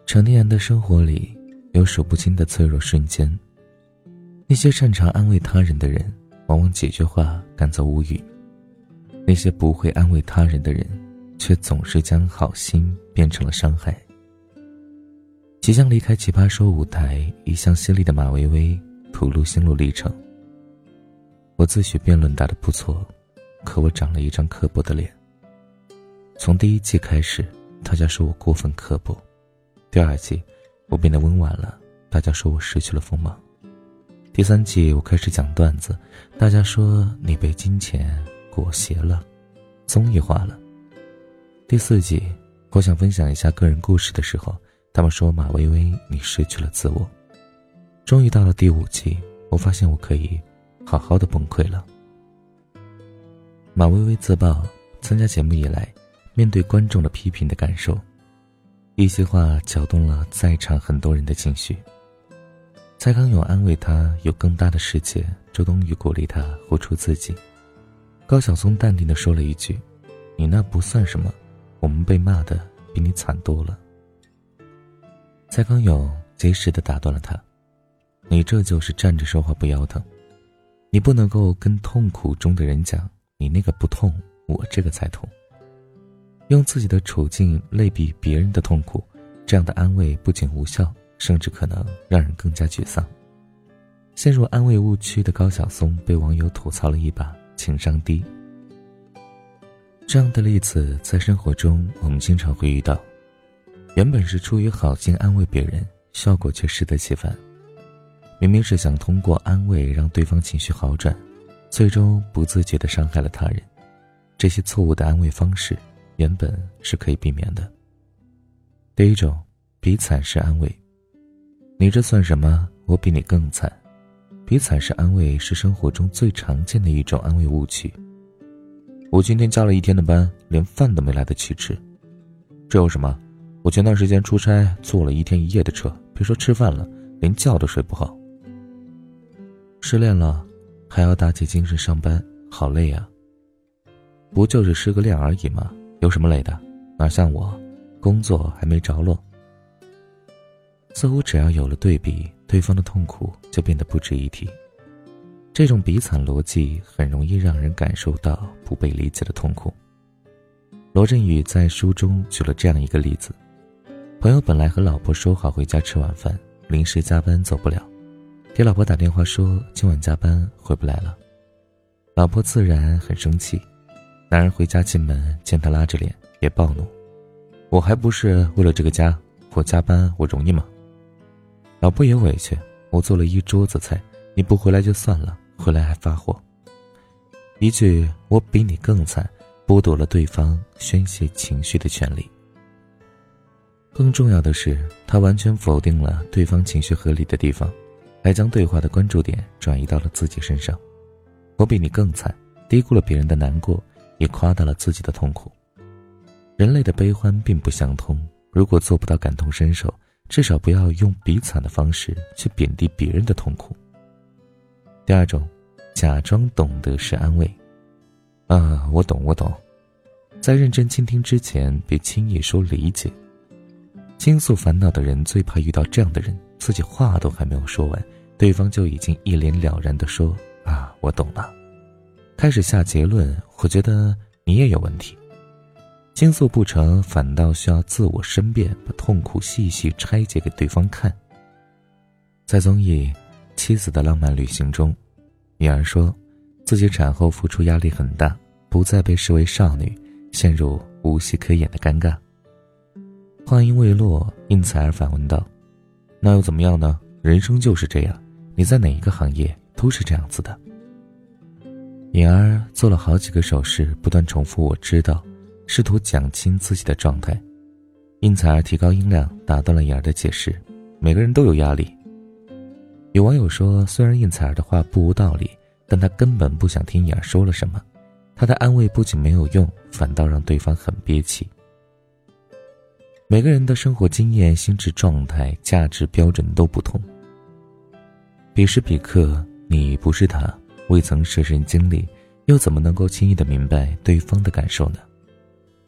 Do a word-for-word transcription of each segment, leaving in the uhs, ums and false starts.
成年人的生活里有数不清的脆弱瞬间，那些擅长安慰他人的人往往几句话赶走无语，那些不会安慰他人的人却总是将好心变成了伤害。即将离开奇葩说舞台一向犀利的马薇薇吐露心路历程。我自诩辩论打得不错，可我长了一张刻薄的脸。从第一季开始，大家说我过分刻薄，第二季我变得温婉了，大家说我失去了锋芒，第三季我开始讲段子，大家说你被金钱裹挟了，综艺化了。第四季我想分享一下个人故事的时候，他们说马薇薇你失去了自我。终于到了第五季，我发现我可以好好的崩溃了。马薇薇自曝参加节目以来，面对观众的批评的感受，一席话搅动了在场很多人的情绪。蔡康永安慰他有更大的世界，周冬雨鼓励他活出自己，高晓松淡定地说了一句，你那不算什么，我们被骂的比你惨多了。蔡康永及时地打断了他，你这就是站着说话不腰疼，你不能够跟痛苦中的人讲，你那个不痛，我这个才痛。用自己的处境类比别人的痛苦，这样的安慰不仅无效，甚至可能让人更加沮丧。陷入安慰误区的高晓松被网友吐槽了一把情商低。这样的例子在生活中我们经常会遇到，原本是出于好心安慰别人，效果却适得其反。明明是想通过安慰让对方情绪好转，最终不自觉地伤害了他人。这些错误的安慰方式原本是可以避免的。第一种，比惨式安慰。你这算什么？我比你更惨。比惨式安慰是生活中最常见的一种安慰误区。我今天加了一天的班，连饭都没来得及吃。这有什么？我前段时间出差坐了一天一夜的车，别说吃饭了，连觉都睡不好。失恋了还要打起精神上班，好累啊。不就是失个恋而已吗？有什么累的？哪像我，工作还没着落。似乎只要有了对比，对方的痛苦就变得不值一提。这种比惨逻辑很容易让人感受到不被理解的痛苦。罗振宇在书中举了这样一个例子，朋友本来和老婆说好回家吃晚饭，临时加班走不了，给老婆打电话说今晚加班回不来了。老婆自然很生气，男人回家进门见他拉着脸也暴怒，我还不是为了这个家，我加班我容易吗？老婆也委屈，我做了一桌子菜，你不回来就算了，回来还发火。一句我比你更惨，剥夺了对方宣泄情绪的权利。更重要的是，他完全否定了对方情绪合理的地方，还将对话的关注点转移到了自己身上。我比你更惨，低估了别人的难过，也夸大了自己的痛苦。人类的悲欢并不相通，如果做不到感同身受，至少不要用比惨的方式去贬低别人的痛苦。第二种，假装懂得式安慰。啊，我懂我懂。在认真倾听之前，别轻易说理解。倾诉烦恼的人最怕遇到这样的人，自己话都还没有说完，对方就已经一脸了然地说啊，我懂了，开始下结论，我觉得你也有问题。倾诉不成，反倒需要自我申辩，把痛苦细细拆解给对方看。在综艺《妻子的浪漫旅行》中，女儿说自己产后付出压力很大，不再被视为少女，陷入无戏可演的尴尬。话音未落，应采儿反问道，那又怎么样呢？人生就是这样，你在哪一个行业都是这样子的。颖儿做了好几个手势，不断重复我知道，试图讲清自己的状态。应采儿提高音量，打断了颖儿的解释，每个人都有压力。有网友说，虽然应采儿的话不无道理，但他根本不想听颖儿说了什么，他的安慰不仅没有用，反倒让对方很憋气。每个人的生活经验、心智状态、价值标准都不同。彼时彼刻，你不是他，未曾设身经历，又怎么能够轻易地明白对方的感受呢？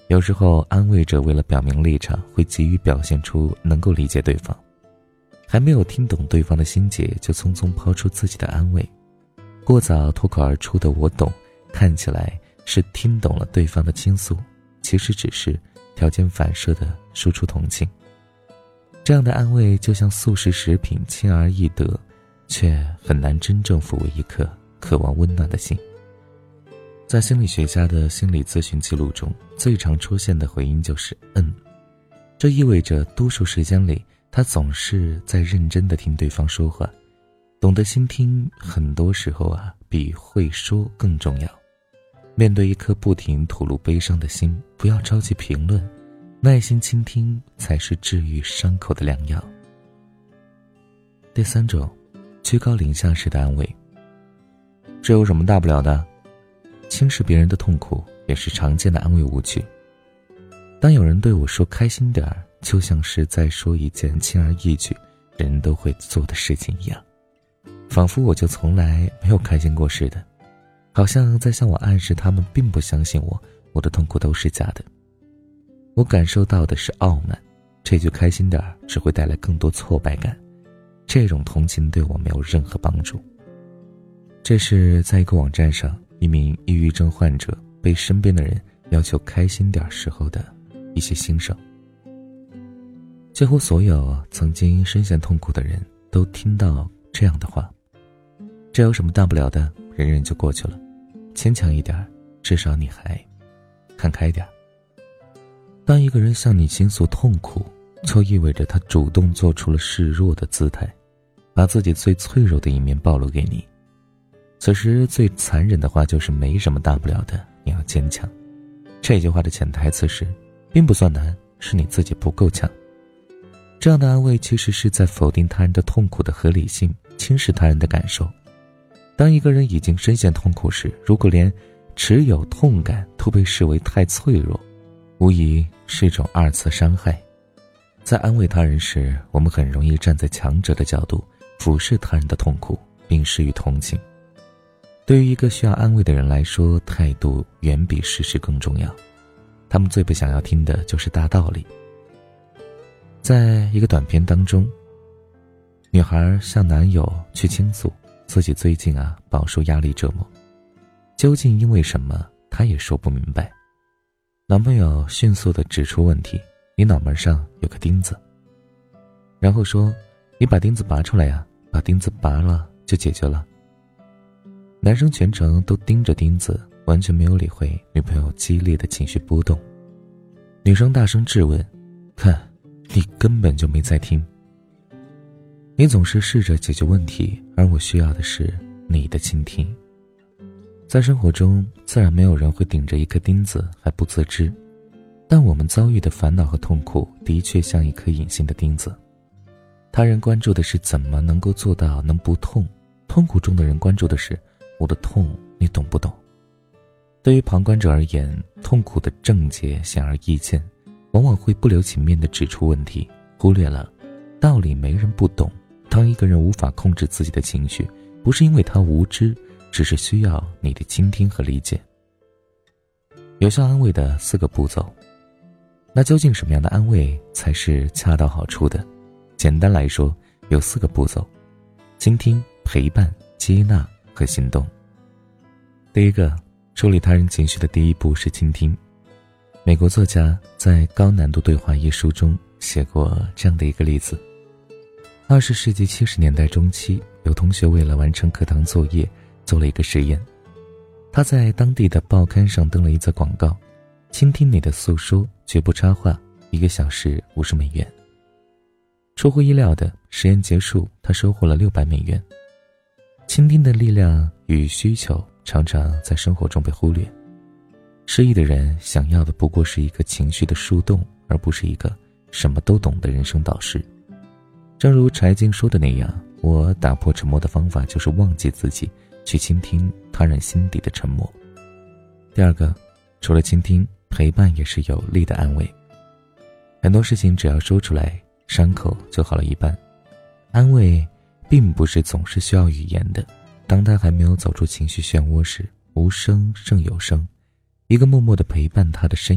有时候安慰者为了表明立场，会急于表现出能够理解对方，还没有听懂对方的心结，就匆匆抛出自己的安慰。过早脱口而出的我懂，看起来是听懂了对方的倾诉，其实只是条件反射的输出同情。这样的安慰就像速食食品，轻而易得，却很难真正抚慰一颗渴望温暖的心。在心理学家的心理咨询记录中，最常出现的回音就是嗯，这意味着多数时间里他总是在认真地听对方说话。懂得倾听很多时候啊，比会说更重要。面对一颗不停吐露悲伤的心，不要着急评论，耐心倾听才是治愈伤口的良药。第三种，居高临下式的安慰。这有什么大不了的？轻视别人的痛苦也是常见的安慰误区。当有人对我说开心点儿，就像是在说一件轻而易举人都会做的事情一样，仿佛我就从来没有开心过似的，好像在向我暗示他们并不相信我，我的痛苦都是假的。我感受到的是傲慢，这句开心点儿只会带来更多挫败感，这种同情对我没有任何帮助。这是在一个网站上，一名抑郁症患者被身边的人要求开心点时候的一些心声。几乎所有曾经深陷痛苦的人都听到这样的话：这有什么大不了的，忍忍就过去了，坚强一点，至少你还看开点。当一个人向你倾诉痛苦，就意味着他主动做出了示弱的姿态，把自己最脆弱的一面暴露给你。此时最残忍的话就是没什么大不了的，你要坚强。这句话的潜台词是，并不算难，是你自己不够强。这样的安慰其实是在否定他人的痛苦的合理性，轻视他人的感受。当一个人已经深陷痛苦时，如果连持有痛感都被视为太脆弱，无疑是一种二次伤害。在安慰他人时，我们很容易站在强者的角度，俯视他人的痛苦，并施予同情。对于一个需要安慰的人来说，态度远比事实更重要。他们最不想要听的就是大道理。在一个短片当中，女孩向男友去倾诉自己最近啊饱受压力折磨，究竟因为什么她也说不明白。男朋友迅速地指出问题：你脑门上有个钉子。然后说：你把钉子拔出来呀，把钉子拔了就解决了。男生全程都盯着钉子，完全没有理会女朋友激烈的情绪波动。女生大声质问：看，你根本就没在听。你总是试着解决问题，而我需要的是你的倾听。在生活中，自然没有人会顶着一颗钉子还不自知，但我们遭遇的烦恼和痛苦的确像一颗隐形的钉子。他人关注的是怎么能够做到能不痛，痛苦中的人关注的是我的痛你懂不懂。对于旁观者而言，痛苦的症结显而易见，往往会不留情面地指出问题，忽略了道理没人不懂。当一个人无法控制自己的情绪，不是因为他无知，只是需要你的倾听和理解。有效安慰的四个步骤。那究竟什么样的安慰才是恰到好处的？简单来说，有四个步骤：倾听、陪伴、接纳和行动。第一个，处理他人情绪的第一步是倾听。美国作家在《高难度对话》一书中写过这样的一个例子：二十世纪七十年代中期，有同学为了完成课堂作业做了一个实验。他在当地的报刊上登了一则广告：倾听你的诉说，绝不插话，一个小时五十美元。出乎意料的，实验结束，他收获了六百美元。倾听的力量与需求常常在生活中被忽略。失意的人想要的不过是一个情绪的树洞，而不是一个什么都懂的人生导师。正如柴静说的那样，我打破沉默的方法就是忘记自己，去倾听他人心底的沉默。第二个，除了倾听，陪伴也是有力的安慰。很多事情只要说出来，伤口就好了一半。安慰并不是总是需要语言的，当他还没有走出情绪漩涡时，无声胜有声。一个默默地陪伴他的身影，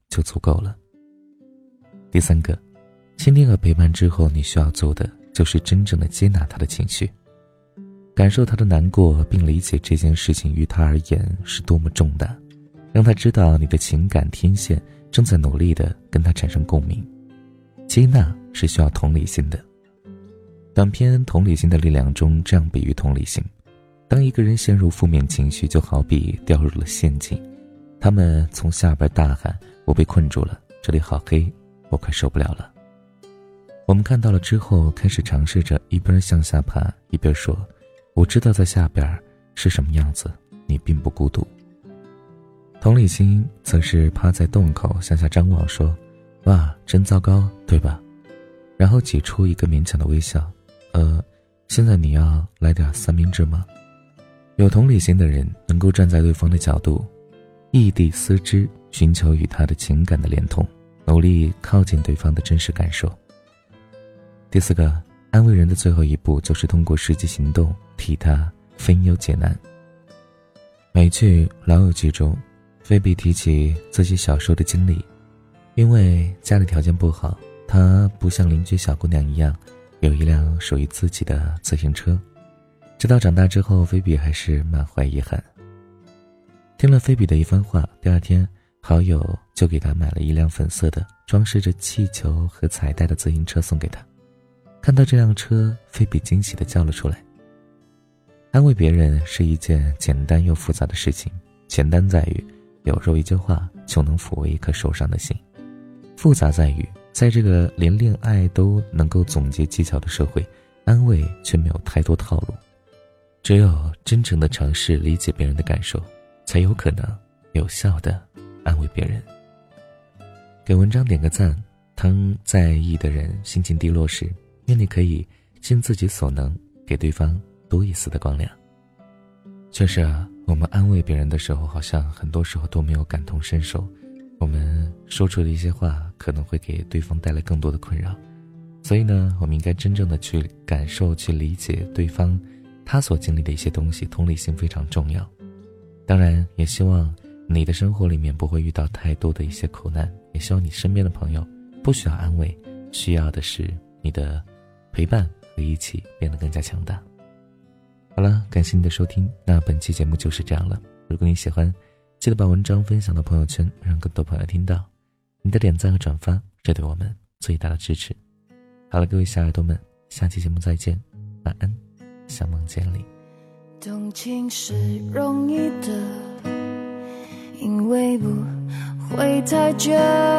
就足够了。第三个，倾听和陪伴之后，你需要做的就是真正的接纳他的情绪，感受他的难过，并理解这件事情于他而言是多么重大，让他知道你的情感天线正在努力地跟他产生共鸣。接纳是需要同理心的。短篇《同理心的力量》中这样比喻同理心，当一个人陷入负面情绪，就好比掉入了陷阱，他们从下边大喊，我被困住了，这里好黑，我快受不了了。我们看到了之后，开始尝试着一边向下爬，一边说，我知道在下边是什么样子，你并不孤独。同理心则是趴在洞口向下张望，说，哇，真糟糕，对吧？然后挤出一个勉强的微笑，呃，现在你要来点三明治吗？有同理心的人能够站在对方的角度，异地思之，寻求与他的情感的连通，努力靠近对方的真实感受。第四个，安慰人的最后一步就是通过实际行动替他分忧解难。美剧《老友记》中，菲比提起自己小时候的经历，因为家里条件不好，她不像邻居小姑娘一样有一辆属于自己的自行车。直到长大之后，菲比还是满怀遗憾。听了菲比的一番话，第二天好友就给她买了一辆粉色的装饰着气球和彩带的自行车送给她。看到这辆车，菲比惊喜地叫了出来。安慰别人是一件简单又复杂的事情，简单在于有时候一句话就能抚慰一颗受伤的心，复杂在于在这个连恋爱都能够总结技巧的社会，安慰却没有太多套路。只有真诚地尝试理解别人的感受，才有可能有效地安慰别人。给文章点个赞，当在意的人心情低落时，愿你可以尽自己所能给对方多一丝的光亮。确实啊，我们安慰别人的时候，好像很多时候都没有感同身受，我们说出的一些话可能会给对方带来更多的困扰。所以呢，我们应该真正的去感受，去理解对方他所经历的一些东西，同理心非常重要。当然也希望你的生活里面不会遇到太多的一些苦难，也希望你身边的朋友不需要安慰，需要的是你的陪伴和一起变得更加强大。好了，感谢你的收听，那本期节目就是这样了。如果你喜欢，记得把文章分享到朋友圈，让更多朋友听到。你的点赞和转发是对我们最大的支持。好了，各位小耳朵们，下期节目再见，晚安，向梦见里。 动情是容易的，因为不会太久，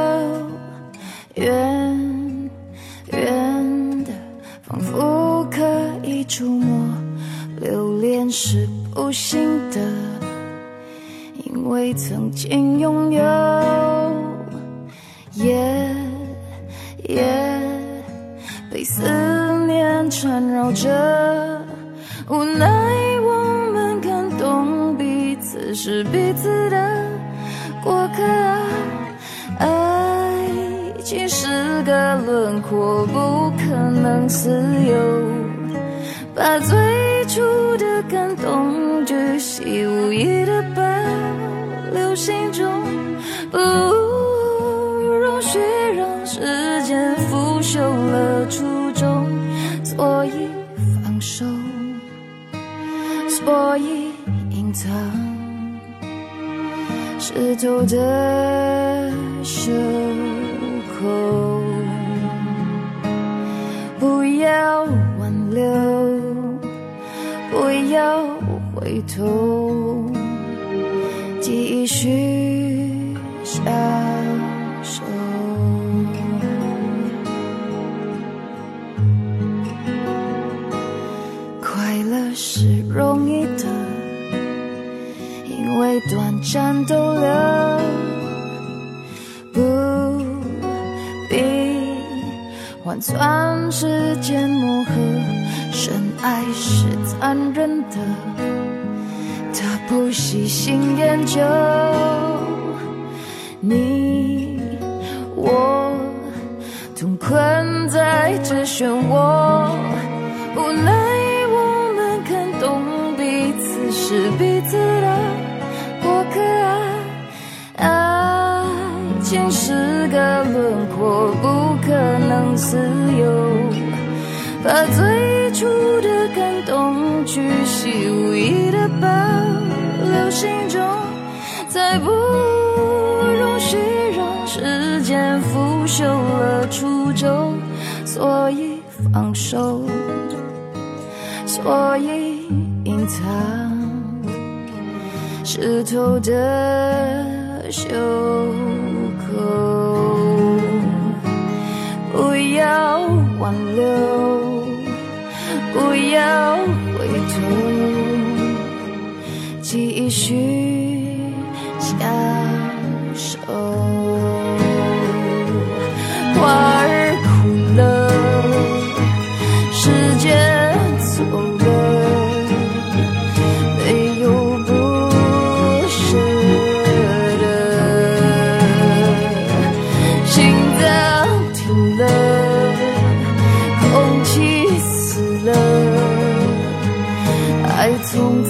远远的仿佛可以触摸，留恋是不幸的，因为曾经拥有，夜夜被思念缠绕着，无奈我们看懂彼此是彼此的过客啊，爱情是个轮廓，不可能自由，把最初的感动巨细无遗的保留心中，不容许让时间腐朽了初衷，所以放手，所以隐藏湿透的袖口，不要挽留，不要回头，继续相守。快乐是容易的，因为短暂逗留，不必换算时间磨合，深爱是残忍的，他不细心研究，你我同困在这漩涡，无奈我们看懂彼此是彼此的过客啊，爱情是个轮廓，不可能自由，把最初的感动巨细无遗地保留心中，再不容许让时间腐朽了初衷，所以放手，所以隐藏湿透的袖口，不要挽留，不要回头，继续相守。花儿枯了，时间走了，没有不舍得，心脏停了，空气死了，爱从